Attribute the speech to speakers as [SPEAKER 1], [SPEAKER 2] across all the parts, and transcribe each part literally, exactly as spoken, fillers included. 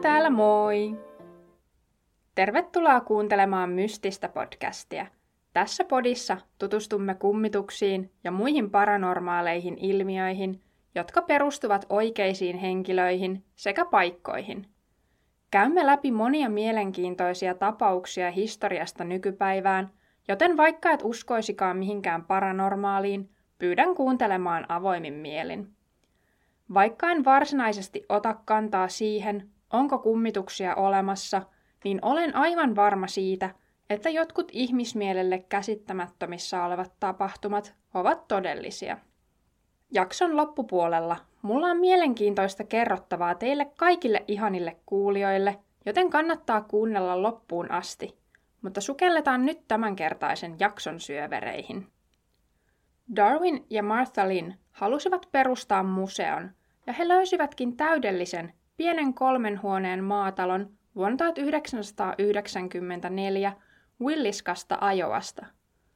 [SPEAKER 1] täällä moi! Tervetuloa kuuntelemaan Mystistä podcastia. Tässä podissa tutustumme kummituksiin ja muihin paranormaaleihin ilmiöihin, jotka perustuvat oikeisiin henkilöihin sekä paikkoihin. Käymme läpi monia mielenkiintoisia tapauksia historiasta nykypäivään, joten vaikka et uskoisikaan mihinkään paranormaaliin, pyydän kuuntelemaan avoimin mielin. Vaikka en varsinaisesti ota kantaa siihen, onko kummituksia olemassa, niin olen aivan varma siitä, että jotkut ihmismielelle käsittämättömissä olevat tapahtumat ovat todellisia. Jakson loppupuolella mulla on mielenkiintoista kerrottavaa teille kaikille ihanille kuulijoille, joten kannattaa kuunnella loppuun asti. Mutta sukelletaan nyt tämänkertaisen jakson syövereihin. Darwin ja Martha Lynn halusivat perustaa museon, ja he löysivätkin täydellisen pienen kolmen huoneen maatalon vuonna tuhatyhdeksänsataayhdeksänkymmentäneljä Williscasta Iowasta.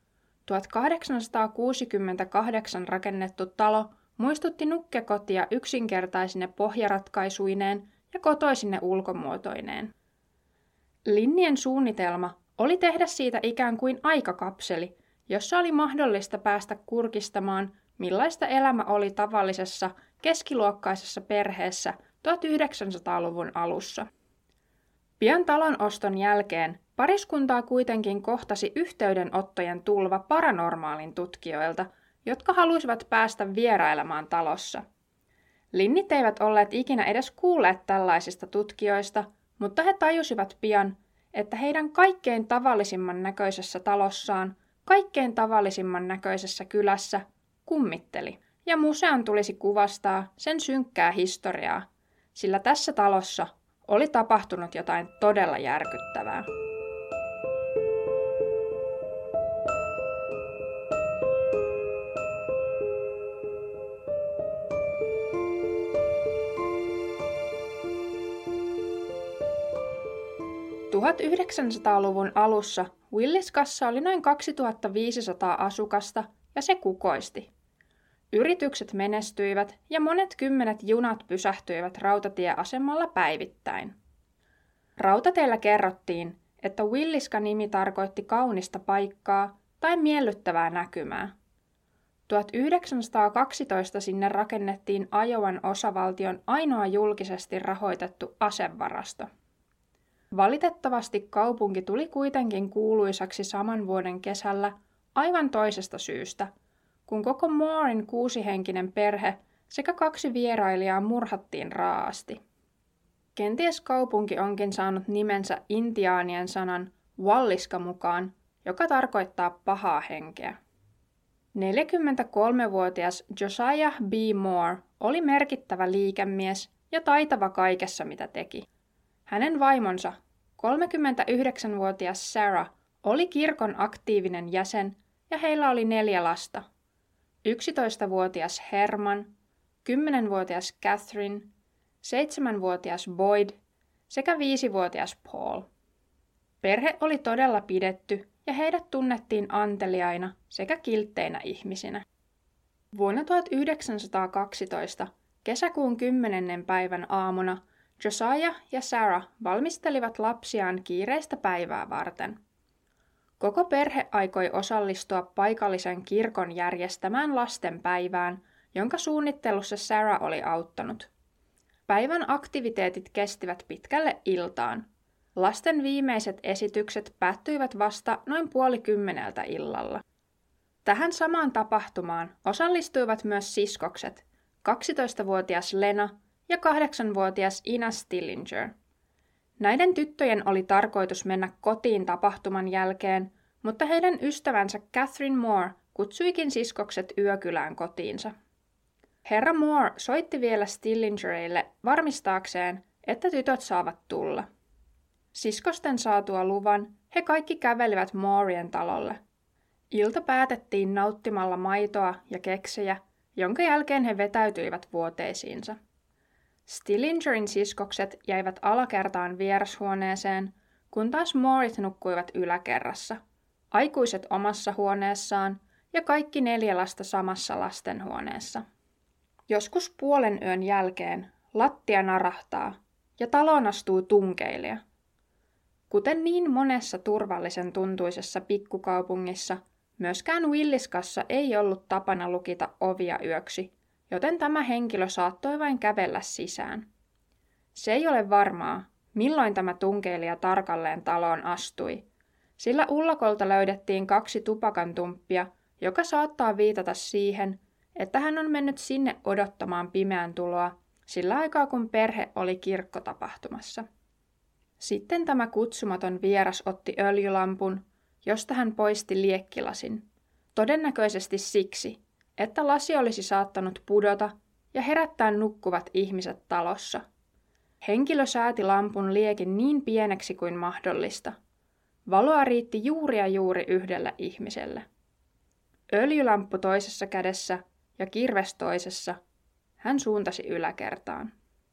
[SPEAKER 1] tuhatkahdeksansataakuusikymmentäkahdeksan rakennettu talo muistutti nukkekotia yksinkertaisine pohjaratkaisuineen ja kotoisine ulkomuotoineen. Lynnien suunnitelma oli tehdä siitä ikään kuin aikakapseli, jossa oli mahdollista päästä kurkistamaan, millaista elämä oli tavallisessa keskiluokkaisessa perheessä tuhatyhdeksänsataaluvun alussa. Pian talon oston jälkeen pariskuntaa kuitenkin kohtasi yhteydenottojen tulva paranormaalin tutkijoilta, jotka halusivat päästä vierailemaan talossa. Lynnit eivät olleet ikinä edes kuulleet tällaisista tutkijoista, mutta he tajusivat pian, että heidän kaikkein tavallisimman näköisessä talossaan, kaikkein tavallisimman näköisessä kylässä kummitteli, ja museon tulisi kuvastaa sen synkkää historiaa, sillä tässä talossa oli tapahtunut jotain todella järkyttävää. tuhatyhdeksänsataaluvun alussa Williscassa oli noin kaksituhattaviisisataa asukasta ja se kukoisti. Yritykset menestyivät ja monet kymmenet junat pysähtyivät rautatieasemalla päivittäin. Rautateillä kerrottiin, että Willisca-nimi tarkoitti kaunista paikkaa tai miellyttävää näkymää. tuhatyhdeksänsataakaksitoista sinne rakennettiin Iowan osavaltion ainoa julkisesti rahoitettu asevarasto. Valitettavasti kaupunki tuli kuitenkin kuuluisaksi saman vuoden kesällä aivan toisesta syystä, kun koko Moorin kuusihenkinen perhe sekä kaksi vierailijaa murhattiin raaasti. Kenties kaupunki onkin saanut nimensä intiaanien sanan Walliska mukaan, joka tarkoittaa pahaa henkeä. neljäkymmentäkolmevuotias Josiah B. Moore oli merkittävä liikemies ja taitava kaikessa, mitä teki. Hänen vaimonsa, kolmekymmentäyhdeksänvuotias Sarah, oli kirkon aktiivinen jäsen ja heillä oli neljä lasta. yksitoistavuotias Herman, kymmenvuotias Catherine, seitsemänvuotias Boyd sekä viisivuotias Paul. Perhe oli todella pidetty ja heidät tunnettiin anteliaina sekä kiltteinä ihmisinä. Vuonna tuhatyhdeksänsataakaksitoista kesäkuun kymmenennen päivän aamuna Josiah ja Sarah valmistelivat lapsiaan kiireistä päivää varten. Koko perhe aikoi osallistua paikallisen kirkon järjestämään lastenpäivään, jonka suunnittelussa Sarah oli auttanut. Päivän aktiviteetit kestivät pitkälle iltaan. Lasten viimeiset esitykset päättyivät vasta noin puoli kymmeneltä illalla. Tähän samaan tapahtumaan osallistuivat myös siskokset, kaksitoistavuotias Lena ja kahdeksanvuotias Ina Stillinger. Näiden tyttöjen oli tarkoitus mennä kotiin tapahtuman jälkeen, mutta heidän ystävänsä Catherine Moore kutsuikin siskokset yökylään kotiinsa. Herra Moore soitti vielä Stillingereille varmistaakseen, että tytöt saavat tulla. Siskosten saatua luvan he kaikki kävelivät Moorien talolle. Ilta päätettiin nauttimalla maitoa ja keksejä, jonka jälkeen he vetäytyivät vuoteisiinsa. Stillingerin siskokset jäivät alakertaan vierashuoneeseen, kun taas Moorit nukkuivat yläkerrassa, aikuiset omassa huoneessaan ja kaikki neljä lasta samassa lastenhuoneessa. Joskus puolen yön jälkeen lattia narahtaa ja taloon astuu tunkeilija. Kuten niin monessa turvallisen tuntuisessa pikkukaupungissa, myöskään Williskassa ei ollut tapana lukita ovia yöksi, joten tämä henkilö saattoi vain kävellä sisään. Se ei ole varmaa, milloin tämä tunkeilija tarkalleen taloon astui, sillä ullakolta löydettiin kaksi tupakantumppia, joka saattaa viitata siihen, että hän on mennyt sinne odottamaan pimeän tuloa sillä aikaa kun perhe oli kirkkotapahtumassa. Sitten tämä kutsumaton vieras otti öljylampun, josta hän poisti liekkilasin, todennäköisesti siksi, että lasi olisi saattanut pudota ja herättää nukkuvat ihmiset talossa. Henkilö sääti lampun liekin niin pieneksi kuin mahdollista. Valoa riitti juuri ja juuri yhdelle ihmiselle. Öljylamppu toisessa kädessä ja kirves toisessa, hän suuntasi yläkertaan.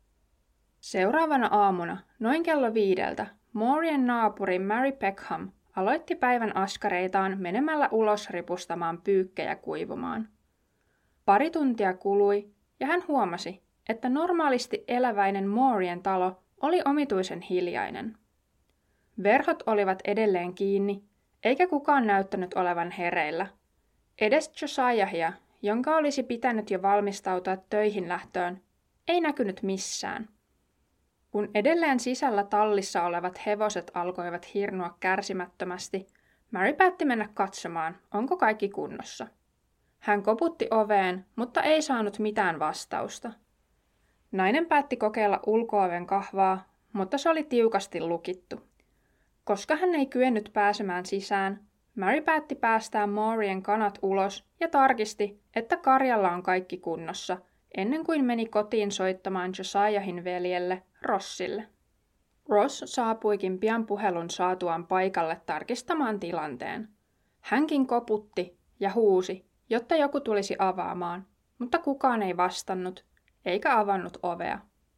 [SPEAKER 1] Seuraavana aamuna, noin kello viideltä, Maureen naapuri Mary Peckham aloitti päivän askareitaan menemällä ulos ripustamaan pyykkejä kuivumaan. Pari tuntia kului ja hän huomasi, että normaalisti eläväinen Maureen talo oli omituisen hiljainen. Verhot olivat edelleen kiinni, eikä kukaan näyttänyt olevan hereillä. Edes Josiahia, jonka olisi pitänyt jo valmistautua töihin lähtöön, ei näkynyt missään. Kun edelleen sisällä tallissa olevat hevoset alkoivat hirnua kärsimättömästi, Mary päätti mennä katsomaan, onko kaikki kunnossa. Hän koputti oveen, mutta ei saanut mitään vastausta. Nainen päätti kokeilla ulko-oven kahvaa, mutta se oli tiukasti lukittu. Koska hän ei kyennyt pääsemään sisään, Mary päätti päästää Maureen kanat ulos ja tarkisti, että karjalla on kaikki kunnossa, ennen kuin meni kotiin soittamaan Josiahin veljelle, Rossille. Ross saapuikin pian puhelun saatuaan paikalle tarkistamaan tilanteen. Hänkin koputti ja huusi, jotta joku tulisi avaamaan, mutta kukaan ei vastannut, eikä avannut ovea.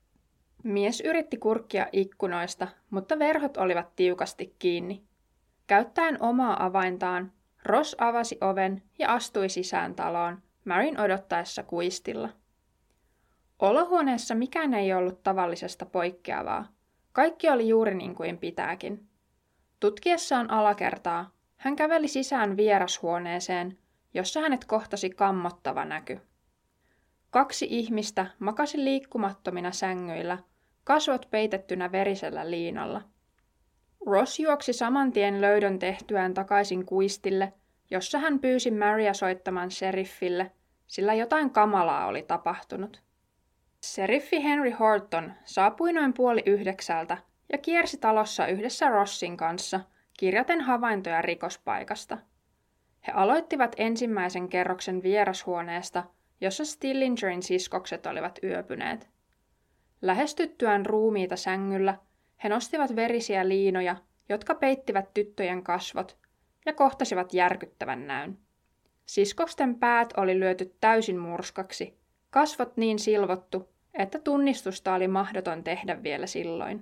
[SPEAKER 1] Mies yritti kurkkia ikkunoista, mutta verhot olivat tiukasti kiinni. Käyttäen omaa avaintaan, Ross avasi oven ja astui sisään taloon, Maryn odottaessa kuistilla. Olohuoneessa mikään ei ollut tavallisesta poikkeavaa. Kaikki oli juuri niin kuin pitääkin. Tutkiessaan alakertaa, hän käveli sisään vierashuoneeseen, jossa hänet kohtasi kammottava näky. Kaksi ihmistä makasi liikkumattomina sängyillä, kasvot peitettynä verisellä liinalla. Ross juoksi saman tien löydön tehtyään takaisin kuistille, jossa hän pyysi Marya soittamaan sheriffille, sillä jotain kamalaa oli tapahtunut. Sheriffi Henry Horton saapui noin puoli yhdeksältä ja kiersi talossa yhdessä Rossin kanssa, kirjaten havaintoja rikospaikasta. He aloittivat ensimmäisen kerroksen vierashuoneesta, jossa Stillingerin siskokset olivat yöpyneet. Lähestyttyään ruumiita sängyllä, he nostivat verisiä liinoja, jotka peittivät tyttöjen kasvot, ja kohtasivat järkyttävän näyn. Siskosten päät oli lyöty täysin murskaksi, kasvot niin silvottu, että tunnistusta oli mahdoton tehdä vielä silloin.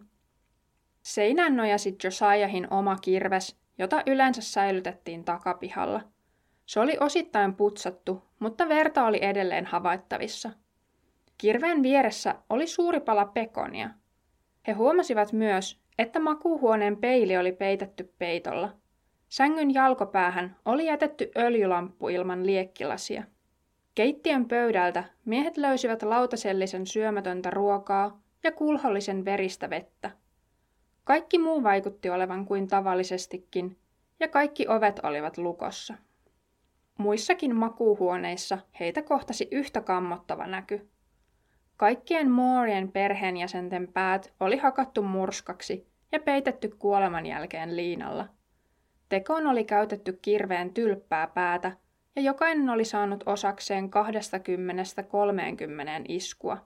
[SPEAKER 1] Seinään nojasi Josiahin oma kirves, jota yleensä säilytettiin takapihalla. Se oli osittain putsattu, mutta verta oli edelleen havaittavissa. Kirveen vieressä oli suuri pala pekonia. He huomasivat myös, että makuuhuoneen peili oli peitetty peitolla. Sängyn jalkopäähän oli jätetty öljylamppu ilman liekkilasia. Keittiön pöydältä miehet löysivät lautasellisen syömätöntä ruokaa ja kulhollisen veristä vettä. Kaikki muu vaikutti olevan kuin tavallisestikin, ja kaikki ovet olivat lukossa. Muissakin makuuhuoneissa heitä kohtasi yhtä kammottava näky. Kaikkien Maureen perheenjäsenten päät oli hakattu murskaksi ja peitetty kuoleman jälkeen liinalla. Tekoon oli käytetty kirveen tylppää päätä, ja jokainen oli saanut osakseen kaksikymmentä kolmekymmentä iskua.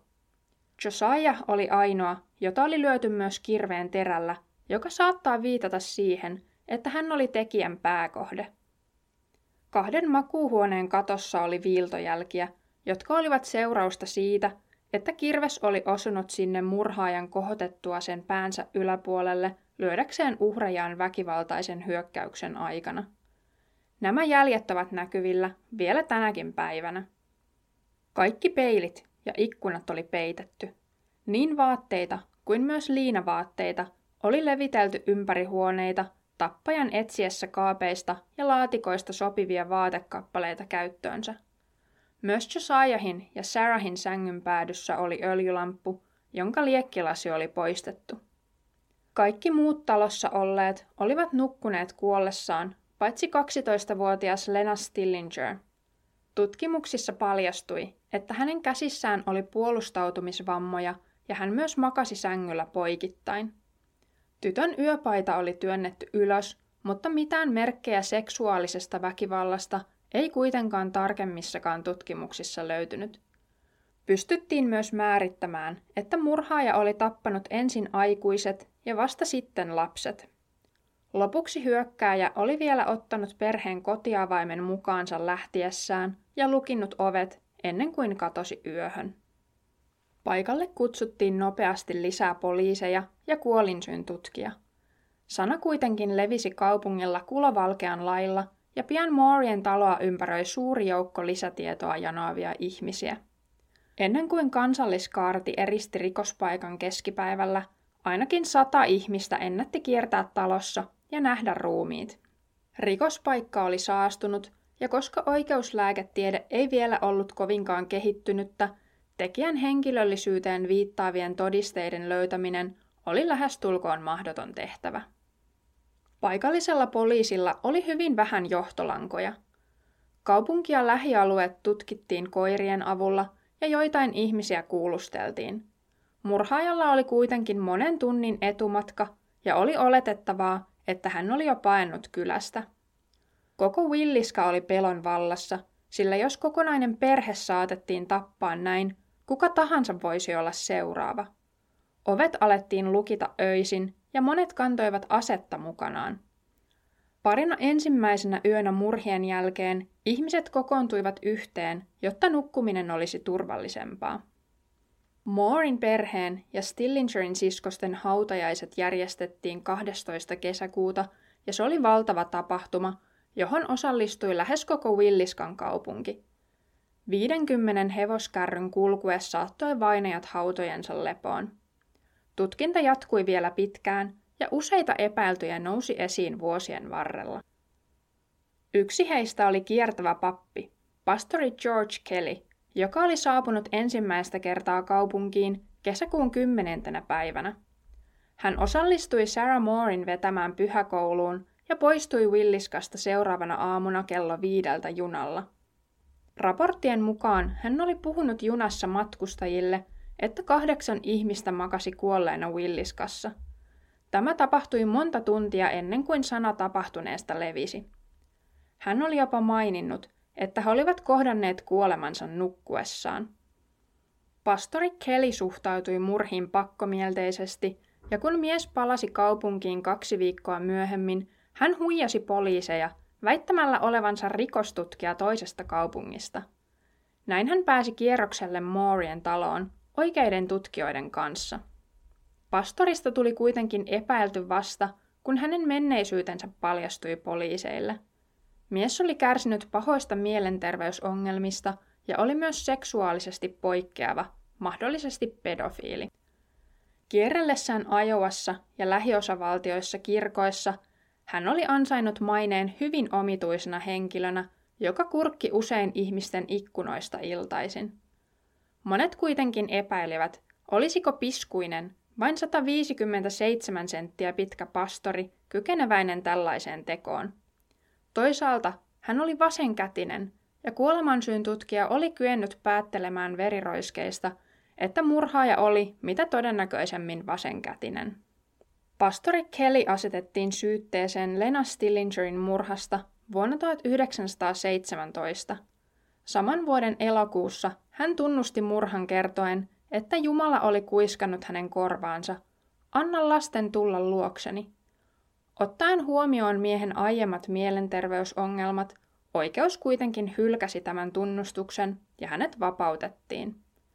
[SPEAKER 1] Josiah oli ainoa, jota oli lyöty myös kirveen terällä, joka saattaa viitata siihen, että hän oli tekijän pääkohde. Kahden makuuhuoneen katossa oli viiltojälkiä, jotka olivat seurausta siitä, että kirves oli osunut sinne murhaajan kohotettua sen päänsä yläpuolelle lyödäkseen uhrejaan väkivaltaisen hyökkäyksen aikana. Nämä jäljet ovat näkyvillä vielä tänäkin päivänä. Kaikki peilit ja ikkunat oli peitetty. Niin vaatteita kuin myös liinavaatteita oli levitelty ympäri huoneita tappajan etsiessä kaapeista ja laatikoista sopivia vaatekappaleita käyttöönsä. Myös Josiahin ja Sarahin sängyn päädyssä oli öljylamppu, jonka liekkilasi oli poistettu. Kaikki muut talossa olleet olivat nukkuneet kuollessaan, paitsi kaksitoistavuotias Lena Stillinger. Tutkimuksissa paljastui, että hänen käsissään oli puolustautumisvammoja ja hän myös makasi sängyllä poikittain. Tytön yöpaita oli työnnetty ylös, mutta mitään merkkejä seksuaalisesta väkivallasta ei kuitenkaan tarkemmissakaan tutkimuksissa löytynyt. Pystyttiin myös määrittämään, että murhaaja oli tappanut ensin aikuiset ja vasta sitten lapset. Lopuksi hyökkääjä oli vielä ottanut perheen kotiavaimen mukaansa lähtiessään ja lukinnut ovet ennen kuin katosi yöhön. Paikalle kutsuttiin nopeasti lisää poliiseja ja kuolinsyyn tutkija. Sana kuitenkin levisi kaupungilla kulovalkean lailla ja pian Moorien taloa ympäröi suuri joukko lisätietoa janoavia ihmisiä. Ennen kuin kansalliskaarti eristi rikospaikan keskipäivällä, ainakin sata ihmistä ennätti kiertää talossa ja nähdä ruumiit. Rikospaikka oli saastunut, ja koska oikeuslääketiede ei vielä ollut kovinkaan kehittynyttä, tekijän henkilöllisyyteen viittaavien todisteiden löytäminen oli lähestulkoon mahdoton tehtävä. Paikallisella poliisilla oli hyvin vähän johtolankoja. Kaupunki ja lähialueet tutkittiin koirien avulla ja joitain ihmisiä kuulusteltiin. Murhaajalla oli kuitenkin monen tunnin etumatka ja oli oletettavaa, että hän oli jo paennut kylästä. Koko Williska oli pelon vallassa, sillä jos kokonainen perhe saatettiin tappaa näin, kuka tahansa voisi olla seuraava. Ovet alettiin lukita öisin ja monet kantoivat asetta mukanaan. Parina ensimmäisenä yönä murhien jälkeen ihmiset kokoontuivat yhteen, jotta nukkuminen olisi turvallisempaa. Moorin perheen ja Stillingerin siskosten hautajaiset järjestettiin kahdestoista kesäkuuta ja se oli valtava tapahtuma, johon osallistui lähes koko Williskan kaupunki. viidenkymmenen hevoskärryn kulkue saattoi vainajat hautojensa lepoon. Tutkinta jatkui vielä pitkään ja useita epäiltyjä nousi esiin vuosien varrella. Yksi heistä oli kiertävä pappi, pastori George Kelly, joka oli saapunut ensimmäistä kertaa kaupunkiin kesäkuun kymmenentenä päivänä. Hän osallistui Sarah Moorin vetämään pyhäkouluun ja poistui Williskasta seuraavana aamuna kello viideltä junalla. Raporttien mukaan hän oli puhunut junassa matkustajille, että kahdeksan ihmistä makasi kuolleena Williskassa. Tämä tapahtui monta tuntia ennen kuin sana tapahtuneesta levisi. Hän oli jopa maininnut, että he olivat kohdanneet kuolemansa nukkuessaan. Pastori Kelly suhtautui murhiin pakkomielteisesti, ja kun mies palasi kaupunkiin kaksi viikkoa myöhemmin, hän huijasi poliiseja, väittämällä olevansa rikostutkija toisesta kaupungista. Näin hän pääsi kierrokselle Moorien taloon oikeiden tutkijoiden kanssa. Pastorista tuli kuitenkin epäilty vasta, kun hänen menneisyytensä paljastui poliiseille. Mies oli kärsinyt pahoista mielenterveysongelmista ja oli myös seksuaalisesti poikkeava, mahdollisesti pedofiili. Kierrellessään Iowassa ja lähiosavaltioissa kirkoissa hän oli ansainnut maineen hyvin omituisena henkilönä, joka kurkki usein ihmisten ikkunoista iltaisin. Monet kuitenkin epäilivät, olisiko piskuinen, vain sata viisikymmentäseitsemän senttiä pitkä pastori kykeneväinen tällaiseen tekoon. Toisaalta hän oli vasenkätinen, ja kuolemansyyn tutkija oli kyennyt päättelemään veriroiskeista, että murhaaja oli mitä todennäköisemmin vasenkätinen. Pastori Kelly asetettiin syytteeseen Lena Stillingerin murhasta vuonna tuhatyhdeksänsataaseitsemäntoista. Saman vuoden elokuussa hän tunnusti murhan kertoen, että Jumala oli kuiskannut hänen korvaansa, anna lasten tulla luokseni. Ottaen huomioon miehen aiemmat mielenterveysongelmat, oikeus kuitenkin hylkäsi tämän tunnustuksen ja hänet vapautettiin.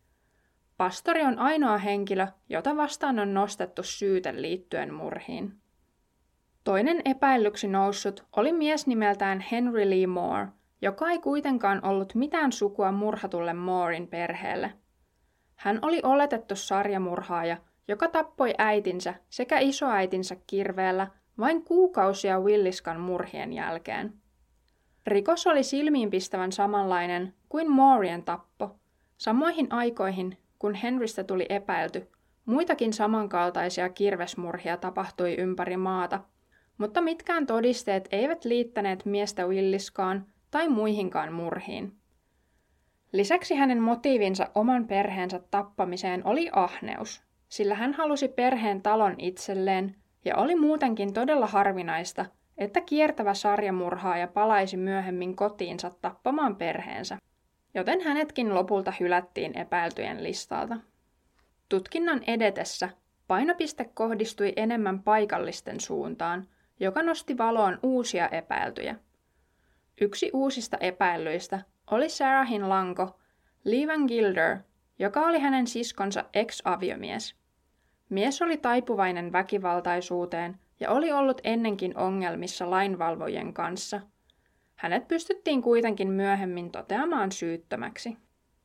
[SPEAKER 1] Pastori on ainoa henkilö, jota vastaan on nostettu syyte liittyen murhiin. Toinen epäillyksi noussut oli mies nimeltään Henry Lee Moore, joka ei kuitenkaan ollut mitään sukua murhatulle Moorin perheelle. Hän oli oletettu sarjamurhaaja, joka tappoi äitinsä sekä isoäitinsä kirveellä vain kuukausia Williskan murhien jälkeen. Rikos oli silmiinpistävän samanlainen kuin Maureen tappo. Samoihin aikoihin, kun Henrystä tuli epäilty, muitakin samankaltaisia kirvesmurhia tapahtui ympäri maata, mutta mitkään todisteet eivät liittäneet miestä Williskaan tai muihinkaan murhiin. Lisäksi hänen motiivinsa oman perheensä tappamiseen oli ahneus, sillä hän halusi perheen talon itselleen ja oli muutenkin todella harvinaista, että kiertävä sarjamurhaaja palaisi myöhemmin kotiinsa tappamaan perheensä, joten hänetkin lopulta hylättiin epäiltyjen listalta. Tutkinnan edetessä painopiste kohdistui enemmän paikallisten suuntaan, joka nosti valoon uusia epäiltyjä. Yksi uusista epäillyistä oli Sarahin lanko, Levan Gilder, joka oli hänen siskonsa ex-aviomies. Mies oli taipuvainen väkivaltaisuuteen ja oli ollut ennenkin ongelmissa lainvalvojien kanssa. Hänet pystyttiin kuitenkin myöhemmin toteamaan syyttömäksi.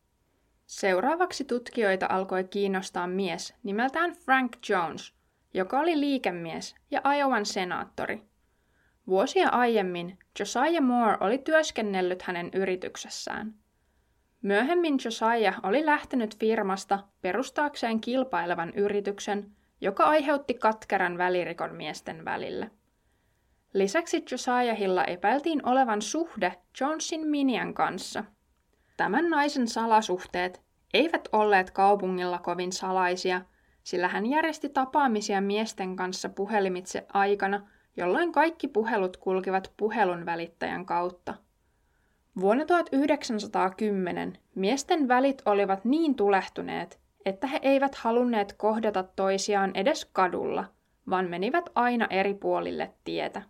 [SPEAKER 1] Seuraavaksi tutkijoita alkoi kiinnostaa mies nimeltään Frank Jones, joka oli liikemies ja Iowan senaattori. Vuosia aiemmin Josiah Moore oli työskennellyt hänen yrityksessään. Myöhemmin Josiah oli lähtenyt firmasta perustaakseen kilpailevan yrityksen, joka aiheutti katkeran välirikon miesten välille. Lisäksi Josiahilla epäiltiin olevan suhde Jonesin Minian kanssa. Tämän naisen salasuhteet eivät olleet kaupungilla kovin salaisia, sillä hän järjesti tapaamisia miesten kanssa puhelimitse aikana, jolloin kaikki puhelut kulkivat puhelun välittäjän kautta. Vuonna tuhatyhdeksänsataakymmenen miesten välit olivat niin tulehtuneet, että he eivät halunneet kohdata toisiaan edes kadulla, vaan menivät aina eri puolille tietä.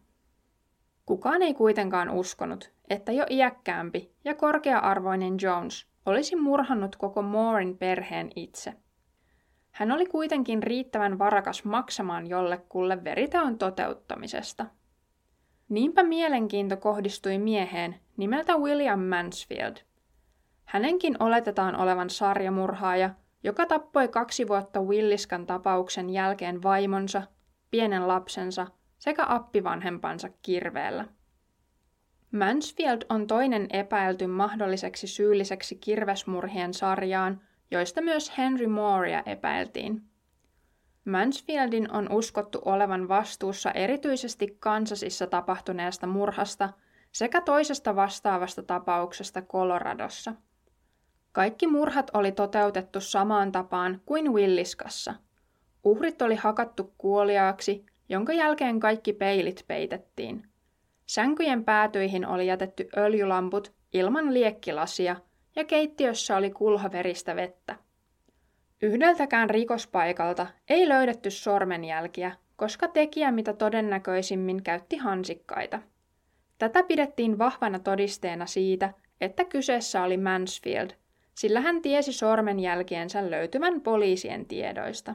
[SPEAKER 1] Kukaan ei kuitenkaan uskonut, että jo iäkkäämpi ja korkea-arvoinen Jones olisi murhannut koko Mooren perheen itse. Hän oli kuitenkin riittävän varakas maksamaan jollekulle veriteon toteuttamisesta. Niinpä mielenkiinto kohdistui mieheen nimeltä William Mansfield. Hänenkin oletetaan olevan sarjamurhaaja, joka tappoi kaksi vuotta Williskan tapauksen jälkeen vaimonsa, pienen lapsensa sekä appivanhempansa kirveellä. Mansfield on toinen epäilty mahdolliseksi syylliseksi kirvesmurhien sarjaan, joista myös Henry Moorea epäiltiin. Mansfieldin on uskottu olevan vastuussa erityisesti Kansasissa tapahtuneesta murhasta sekä toisesta vastaavasta tapauksesta Coloradossa. Kaikki murhat oli toteutettu samaan tapaan kuin Williskassa. Uhrit oli hakattu kuoliaaksi, jonka jälkeen kaikki peilit peitettiin. Sänkyjen päätyihin oli jätetty öljylamput ilman liekkilasia ja keittiössä oli kulhaveristä vettä. Yhdeltäkään rikospaikalta ei löydetty sormenjälkiä, koska tekijä mitä todennäköisimmin käytti hansikkaita. Tätä pidettiin vahvana todisteena siitä, että kyseessä oli Mansfield, sillä hän tiesi sormenjälkiensä löytyvän poliisien tiedoista.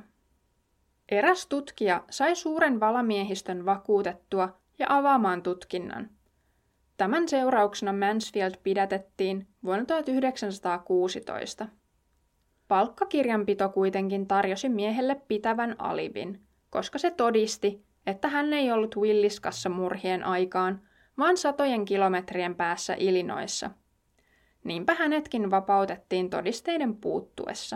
[SPEAKER 1] Eräs tutkija sai suuren valamiehistön vakuutettua ja avaamaan tutkinnan. Tämän seurauksena Mansfield pidätettiin vuonna tuhatyhdeksänsataakuusitoista. Palkkakirjanpito kuitenkin tarjosi miehelle pitävän alibin, koska se todisti, että hän ei ollut Williskassa murhien aikaan, vaan satojen kilometrien päässä Illinoisissa. Niinpä hänetkin vapautettiin todisteiden puuttuessa.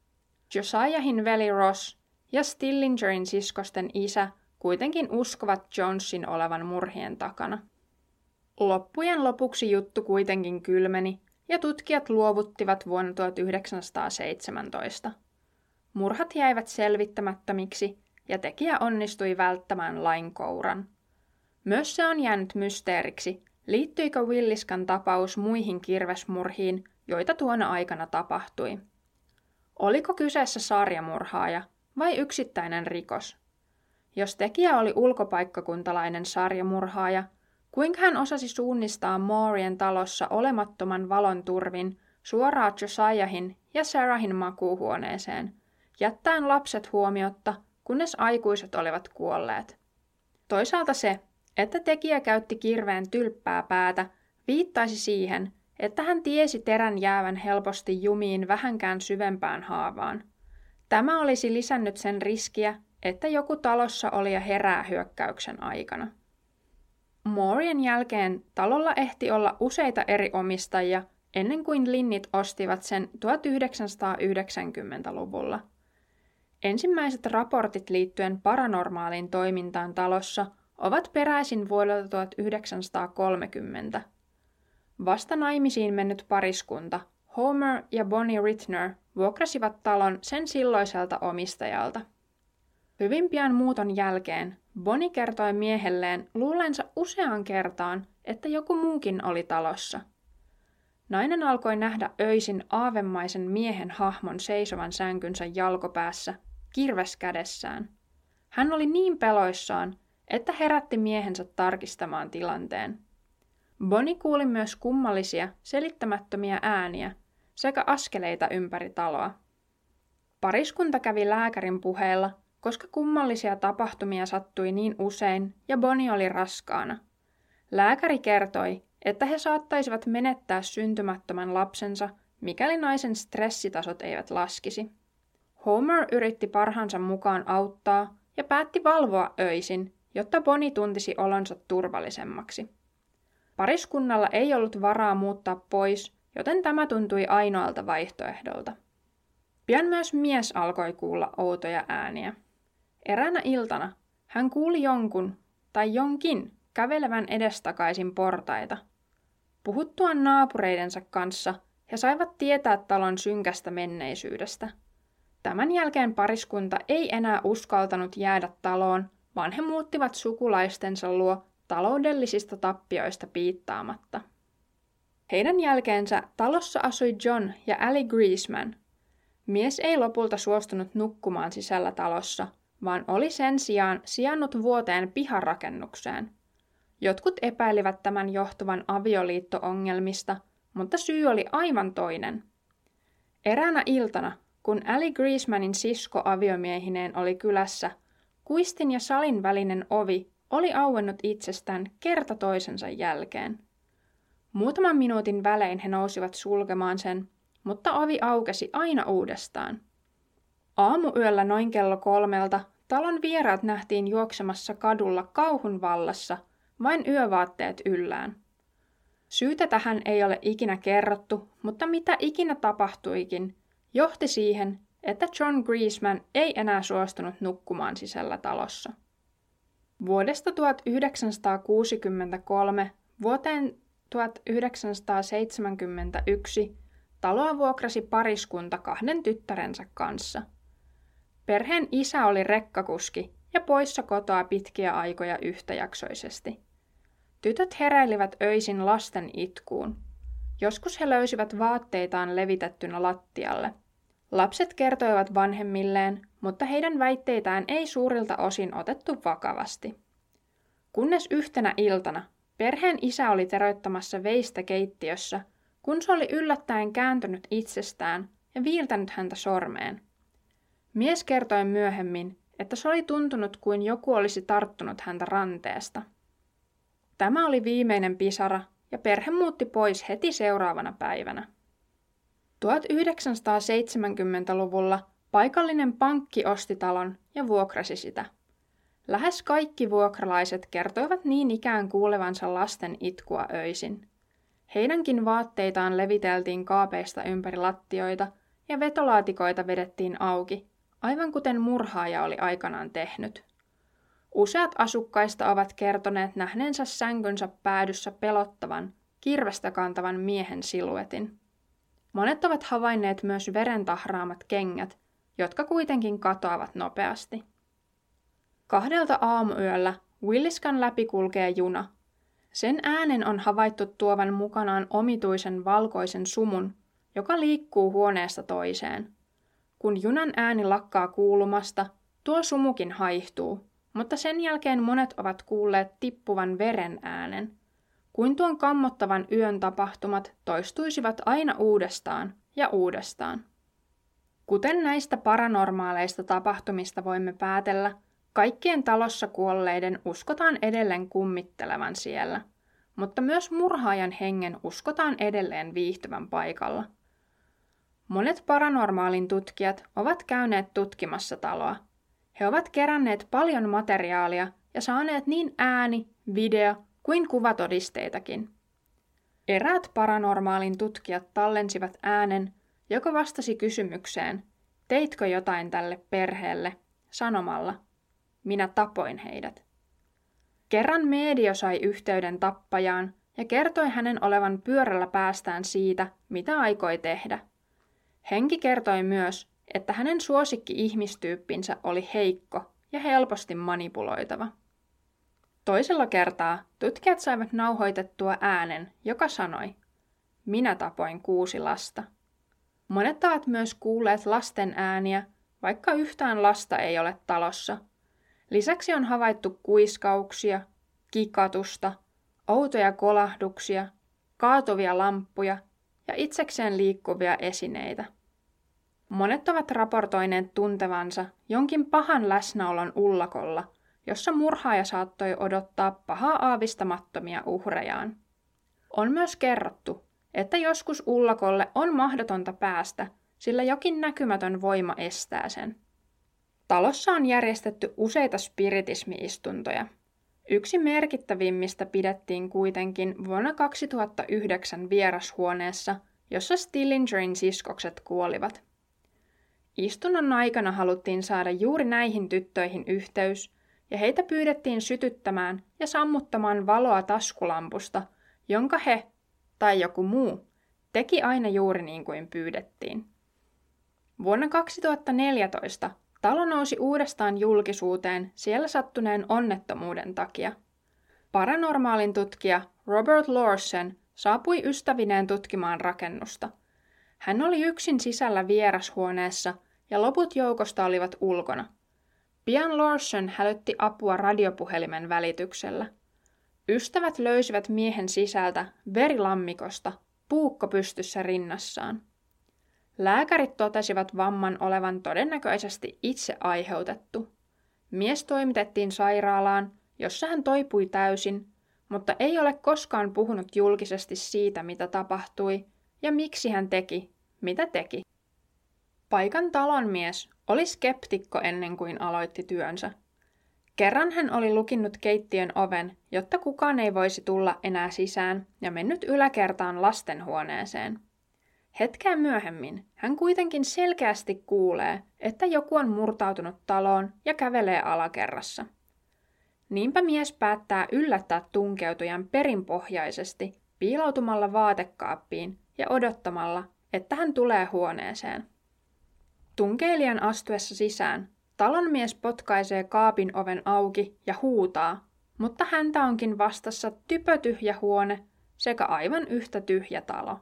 [SPEAKER 1] Josiahin veli Ross ja Stillingerin siskosten isä kuitenkin uskovat Jonesin olevan murhien takana. Loppujen lopuksi juttu kuitenkin kylmeni ja tutkijat luovuttivat vuonna tuhatyhdeksänsataaseitsemäntoista. Murhat jäivät selvittämättömiksi ja tekijä onnistui välttämään lainkouran. Myös se on jäänyt mysteeriksi, liittyikö Williskan tapaus muihin kirvesmurhiin, joita tuona aikana tapahtui. Oliko kyseessä sarjamurhaaja vai yksittäinen rikos? Jos tekijä oli ulkopaikkakuntalainen sarjamurhaaja, kuinka hän osasi suunnistaa Moorien talossa olemattoman valon turvin suoraan Josiahin ja Sarahin makuuhuoneeseen, jättäen lapset huomiotta, kunnes aikuiset olivat kuolleet. Toisaalta se, että tekijä käytti kirveen tylppää päätä, viittaisi siihen, että hän tiesi terän jäävän helposti jumiin vähänkään syvempään haavaan. Tämä olisi lisännyt sen riskiä, että joku talossa oli ja herää hyökkäyksen aikana. Moorien jälkeen talolla ehti olla useita eri omistajia ennen kuin Lynnit ostivat sen tuhatyhdeksänsataayhdeksänkymmentäluvulla. Ensimmäiset raportit liittyen paranormaaliin toimintaan talossa ovat peräisin vuodelta tuhatyhdeksänsataakolmekymmentä. Vasta naimisiin mennyt pariskunta, Homer ja Bonnie Ritner, vuokrasivat talon sen silloiselta omistajalta. Hyvin pian muuton jälkeen Bonnie kertoi miehelleen luulensa useaan kertaan, että joku muukin oli talossa. Nainen alkoi nähdä öisin aavemaisen miehen hahmon seisovan sänkynsä jalkopäässä, kirves kädessään. Hän oli niin peloissaan, että herätti miehensä tarkistamaan tilanteen. Bonnie kuuli myös kummallisia, selittämättömiä ääniä sekä askeleita ympäri taloa. Pariskunta kävi lääkärin puheella, koska kummallisia tapahtumia sattui niin usein ja Bonnie oli raskaana. Lääkäri kertoi, että he saattaisivat menettää syntymättömän lapsensa, mikäli naisen stressitasot eivät laskisi. Homer yritti parhaansa mukaan auttaa ja päätti valvoa öisin, jotta Bonnie tuntisi olonsa turvallisemmaksi. Pariskunnalla ei ollut varaa muuttaa pois, joten tämä tuntui ainoalta vaihtoehdolta. Pian myös mies alkoi kuulla outoja ääniä. Eräänä iltana hän kuuli jonkun tai jonkin kävelevän edestakaisin portaita. Puhuttuaan naapureidensa kanssa he saivat tietää talon synkästä menneisyydestä. Tämän jälkeen pariskunta ei enää uskaltanut jäädä taloon, vaan he muuttivat sukulaistensa luo taloudellisista tappioista piittaamatta. Heidän jälkeensä talossa asui John ja Allie Greaseman. Mies ei lopulta suostunut nukkumaan sisällä talossa, vaan oli sen sijaan sijannut vuoteen piharakennukseen. Jotkut epäilivät tämän johtuvan avioliitto-ongelmista, mutta syy oli aivan toinen. Eräänä iltana, kun Allie Greasemanin sisko aviomiehineen oli kylässä, kuistin ja salin välinen ovi oli auennut itsestään kerta toisensa jälkeen. Muutaman minuutin välein he nousivat sulkemaan sen, mutta ovi aukesi aina uudestaan. Aamuyöllä noin kello kolmelta talon vieraat nähtiin juoksemassa kadulla kauhun vallassa, vain yövaatteet yllään. Syytä tähän ei ole ikinä kerrottu, mutta mitä ikinä tapahtuikin, johti siihen, että John Greaseman ei enää suostunut nukkumaan sisällä talossa. Vuodesta tuhatyhdeksänsataakuusikymmentäkolme vuoteen tuhatyhdeksänsataaseitsemänkymmentäyksi taloa vuokrasi pariskunta kahden tyttärensä kanssa. Perheen isä oli rekkakuski ja poissa kotoa pitkiä aikoja yhtäjaksoisesti. Tytöt heräilivät öisin lasten itkuun. Joskus he löysivät vaatteitaan levitettynä lattialle. Lapset kertoivat vanhemmilleen, mutta heidän väitteitään ei suurilta osin otettu vakavasti. Kunnes yhtenä iltana perheen isä oli teroittamassa veistä keittiössä, kun se oli yllättäen kääntynyt itsestään ja viiltänyt häntä sormeen. Mies kertoi myöhemmin, että se oli tuntunut kuin joku olisi tarttunut häntä ranteesta. Tämä oli viimeinen pisara ja perhe muutti pois heti seuraavana päivänä. tuhatyhdeksänsataaseitsemänkymmentäluvulla paikallinen pankki osti talon ja vuokrasi sitä. Lähes kaikki vuokralaiset kertoivat niin ikään kuulevansa lasten itkua öisin. Heidänkin vaatteitaan leviteltiin kaapeista ympäri lattioita ja vetolaatikoita vedettiin auki, aivan kuten murhaaja oli aikanaan tehnyt. Useat asukkaista ovat kertoneet nähneensä sänkynsä päädyssä pelottavan, kirvestä kantavan miehen siluetin. Monet ovat havainneet myös veren tahraamat kengät, jotka kuitenkin katoavat nopeasti. Kahdelta aamuyöllä Williskan läpi kulkee juna. Sen äänen on havaittu tuovan mukanaan omituisen valkoisen sumun, joka liikkuu huoneesta toiseen. Kun junan ääni lakkaa kuulumasta, tuo sumukin haihtuu, mutta sen jälkeen monet ovat kuulleet tippuvan veren äänen, kuin tuon kammottavan yön tapahtumat toistuisivat aina uudestaan ja uudestaan. Kuten näistä paranormaaleista tapahtumista voimme päätellä, kaikkien talossa kuolleiden uskotaan edelleen kummittelevan siellä, mutta myös murhaajan hengen uskotaan edelleen viihtyvän paikalla. Monet paranormaalin tutkijat ovat käyneet tutkimassa taloa. He ovat keränneet paljon materiaalia ja saaneet niin ääni, video kuin kuvatodisteitakin. Eräät paranormaalin tutkijat tallensivat äänen, joka vastasi kysymykseen, teitkö jotain tälle perheelle, sanomalla, minä tapoin heidät. Kerran media sai yhteyden tappajaan ja kertoi hänen olevan pyörällä päästään siitä, mitä aikoi tehdä. Henki kertoi myös, että hänen suosikki-ihmistyyppinsä oli heikko ja helposti manipuloitava. Toisella kertaa tutkijat saivat nauhoitettua äänen, joka sanoi, minä tapoin kuusi lasta. Monet ovat myös kuulleet lasten ääniä, vaikka yhtään lasta ei ole talossa. Lisäksi on havaittu kuiskauksia, kikatusta, outoja kolahduksia, kaatuvia lamppuja ja itsekseen liikkuvia esineitä. Monet ovat raportoineet tuntevansa jonkin pahan läsnäolon ullakolla, jossa murhaaja saattoi odottaa pahaa aavistamattomia uhrejaan. On myös kerrottu, että joskus ullakolle on mahdotonta päästä, sillä jokin näkymätön voima estää sen. Talossa on järjestetty useita spiritismi-istuntoja. Yksi merkittävimmistä pidettiin kuitenkin vuonna kaksituhattayhdeksän vierashuoneessa, jossa Stillingerin siskokset kuolivat. Istunnon aikana haluttiin saada juuri näihin tyttöihin yhteys, ja heitä pyydettiin sytyttämään ja sammuttamaan valoa taskulampusta, jonka he, tai joku muu, teki aina juuri niin kuin pyydettiin. Vuonna kaksituhattaneljätoista talo nousi uudestaan julkisuuteen siellä sattuneen onnettomuuden takia. Paranormaalin tutkija Robert Lawson saapui ystävineen tutkimaan rakennusta. Hän oli yksin sisällä vierashuoneessa ja loput joukosta olivat ulkona. Pian Lawson hälytti apua radiopuhelimen välityksellä. Ystävät löysivät miehen sisältä verilammikosta, puukko pystyssä rinnassaan. Lääkärit totesivat vamman olevan todennäköisesti itse aiheutettu. Mies toimitettiin sairaalaan, jossa hän toipui täysin, mutta ei ole koskaan puhunut julkisesti siitä, mitä tapahtui ja miksi hän teki, mitä teki. Paikan talonmies oli skeptikko ennen kuin aloitti työnsä. Kerran hän oli lukinnut keittiön oven, jotta kukaan ei voisi tulla enää sisään, ja mennyt yläkertaan lastenhuoneeseen. Hetkeä myöhemmin hän kuitenkin selkeästi kuulee, että joku on murtautunut taloon ja kävelee alakerrassa. Niinpä mies päättää yllättää tunkeutujan perinpohjaisesti piiloutumalla vaatekaappiin ja odottamalla, että hän tulee huoneeseen. Tunkeilijan astuessa sisään talonmies potkaisee kaapin oven auki ja huutaa, mutta häntä onkin vastassa typötyhjä huone sekä aivan yhtä tyhjä talo.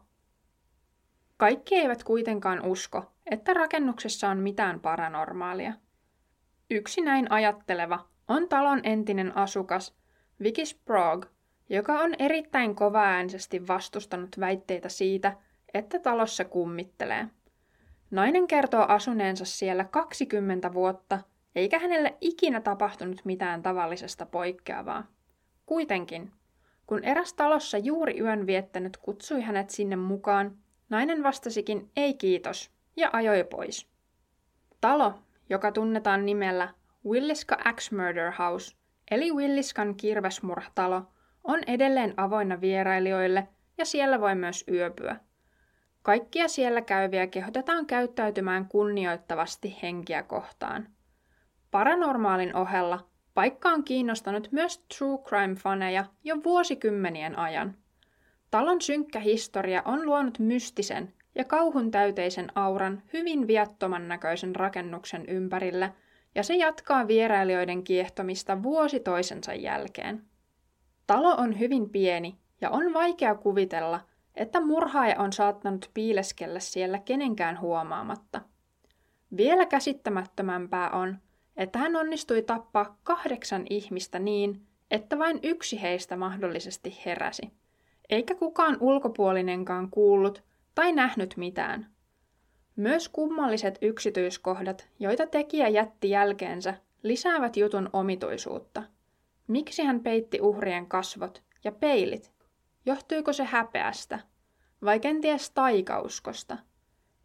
[SPEAKER 1] Kaikki eivät kuitenkaan usko, että rakennuksessa on mitään paranormaalia. Yksi näin ajatteleva on talon entinen asukas Vicky Sprague, joka on erittäin kovaäänisesti vastustanut väitteitä siitä, että talossa kummittelee. Nainen kertoo asuneensa siellä kaksikymmentä vuotta, eikä hänelle ikinä tapahtunut mitään tavallisesta poikkeavaa. Kuitenkin, kun eräs talossa juuri yön viettänyt kutsui hänet sinne mukaan, nainen vastasikin ei kiitos ja ajoi pois. Talo, joka tunnetaan nimellä Williska Axe Murder House, eli Williskan kirvesmurhatalo, on edelleen avoinna vierailijoille ja siellä voi myös yöpyä. Kaikkia siellä käyviä kehotetaan käyttäytymään kunnioittavasti henkiä kohtaan. Paranormaalin ohella paikka on kiinnostanut myös true crime-faneja jo vuosikymmenien ajan. Talon synkkä historia on luonut mystisen ja kauhun täyteisen auran hyvin viattoman näköisen rakennuksen ympärille, ja se jatkaa vierailijoiden kiehtomista vuosi toisensa jälkeen. Talo on hyvin pieni ja on vaikea kuvitella, että murhaaja on saattanut piileskellä siellä kenenkään huomaamatta. Vielä käsittämättömämpää on, että hän onnistui tappaa kahdeksan ihmistä niin, että vain yksi heistä mahdollisesti heräsi. Eikä kukaan ulkopuolinenkaan kuullut tai nähnyt mitään. Myös kummalliset yksityiskohdat, joita tekijä jätti jälkeensä, lisäävät jutun omituisuutta. Miksi hän peitti uhrien kasvot ja peilit? Johtuiko se häpeästä? Vai kenties taikauskosta?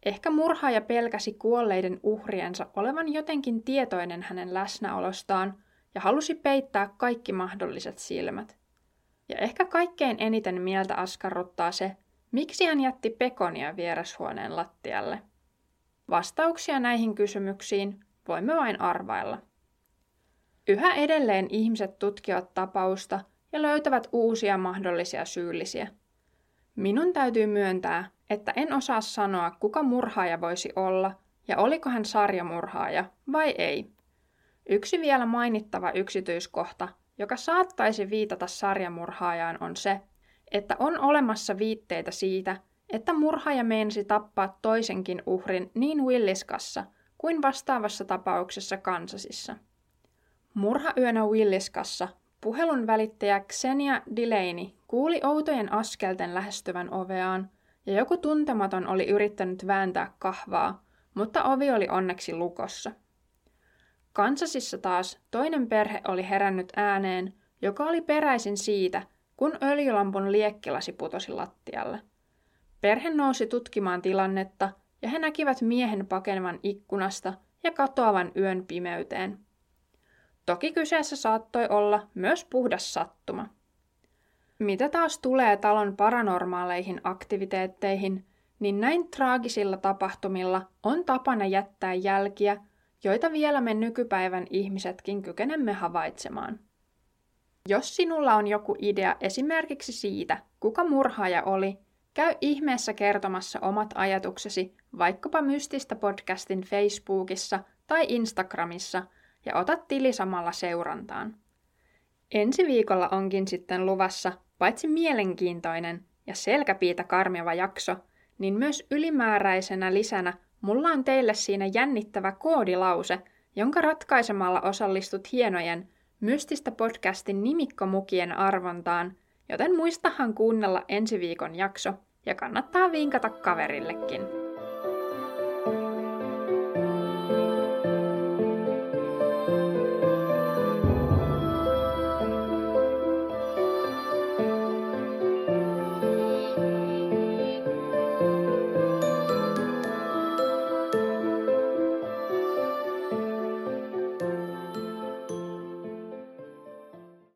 [SPEAKER 1] Ehkä murhaaja pelkäsi kuolleiden uhriensa olevan jotenkin tietoinen hänen läsnäolostaan ja halusi peittää kaikki mahdolliset silmät. Ja ehkä kaikkein eniten mieltä askarruttaa se, miksi hän jätti pekonia vierashuoneen lattialle. Vastauksia näihin kysymyksiin voimme vain arvailla. Yhä edelleen ihmiset tutkivat tapausta ja löytävät uusia mahdollisia syyllisiä. Minun täytyy myöntää, että en osaa sanoa, kuka murhaaja voisi olla ja oliko hän sarjamurhaaja vai ei. Yksi vielä mainittava yksityiskohta, joka saattaisi viitata sarjamurhaajaan, on se, että on olemassa viitteitä siitä, että murhaaja meinasi tappaa toisenkin uhrin niin Williskassa kuin vastaavassa tapauksessa Kansasissa. Murhayönä Williskassa puhelun välittäjä Xenia Delaney kuuli outojen askelten lähestyvän oveaan, ja joku tuntematon oli yrittänyt vääntää kahvaa, mutta ovi oli onneksi lukossa. Kansasissa taas toinen perhe oli herännyt ääneen, joka oli peräisin siitä, kun öljylampun liekkilasi putosi lattialle. Perhe nousi tutkimaan tilannetta, ja he näkivät miehen pakenevan ikkunasta ja katoavan yön pimeyteen. Toki kyseessä saattoi olla myös puhdas sattuma. Mitä taas tulee talon paranormaaleihin aktiviteetteihin, niin näin traagisilla tapahtumilla on tapana jättää jälkiä, joita vielä me nykypäivän ihmisetkin kykenemme havaitsemaan. Jos sinulla on joku idea esimerkiksi siitä, kuka murhaaja oli, käy ihmeessä kertomassa omat ajatuksesi vaikkapa Mystistä podcastin Facebookissa tai Instagramissa ja ota tili samalla seurantaan. Ensi viikolla onkin sitten luvassa paitsi mielenkiintoinen ja selkäpiitä karmiva jakso, niin myös ylimääräisenä lisänä mulla on teille siinä jännittävä koodilause, jonka ratkaisemalla osallistut hienojen Mystistä podcastin nimikkomukien arvontaan, joten muistahan kuunnella ensi viikon jakso ja kannattaa vinkata kaverillekin.